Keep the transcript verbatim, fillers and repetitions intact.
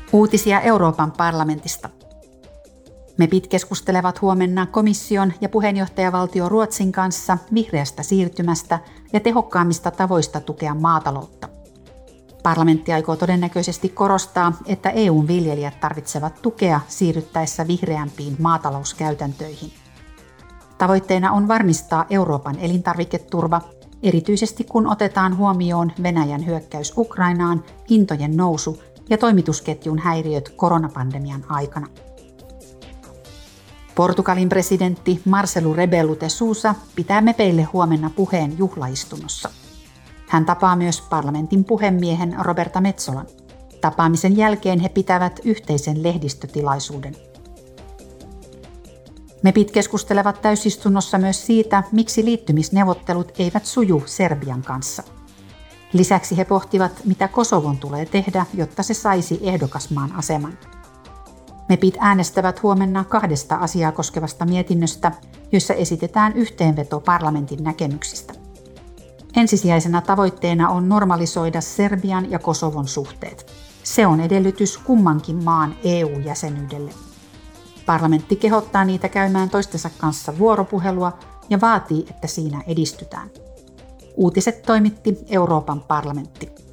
Uutisia Euroopan parlamentista. MEPit keskustelevat huomenna komission ja puheenjohtajavaltio Ruotsin kanssa vihreästä siirtymästä ja tehokkaammista tavoista tukea maataloutta. Parlamentti aikoo todennäköisesti korostaa, että E U:n viljelijät tarvitsevat tukea siirryttäessä vihreämpiin maatalouskäytäntöihin. Tavoitteena on varmistaa Euroopan elintarviketurva, erityisesti kun otetaan huomioon Venäjän hyökkäys Ukrainaan, hintojen nousu ja toimitusketjun häiriöt koronapandemian aikana. Portugalin presidentti Marcelo Rebelo de Sousa pitää mepeille huomenna puheen juhlaistunnossa. Hän tapaa myös parlamentin puhemiehen Roberta Metsolan. Tapaamisen jälkeen he pitävät yhteisen lehdistötilaisuuden. MEPit keskustelevat täysistunnossa myös siitä, miksi liittymisneuvottelut eivät suju Serbian kanssa. Lisäksi he pohtivat, mitä Kosovon tulee tehdä, jotta se saisi ehdokasmaan aseman. MEPit äänestävät huomenna kahdesta asiaa koskevasta mietinnöstä, joissa esitetään yhteenveto parlamentin näkemyksistä. Ensisijaisena tavoitteena on normalisoida Serbian ja Kosovon suhteet. Se on edellytys kummankin maan E U-jäsenyydelle. Parlamentti kehottaa niitä käymään toistensa kanssa vuoropuhelua ja vaatii, että siinä edistytään. Uutiset toimitti Euroopan parlamentti.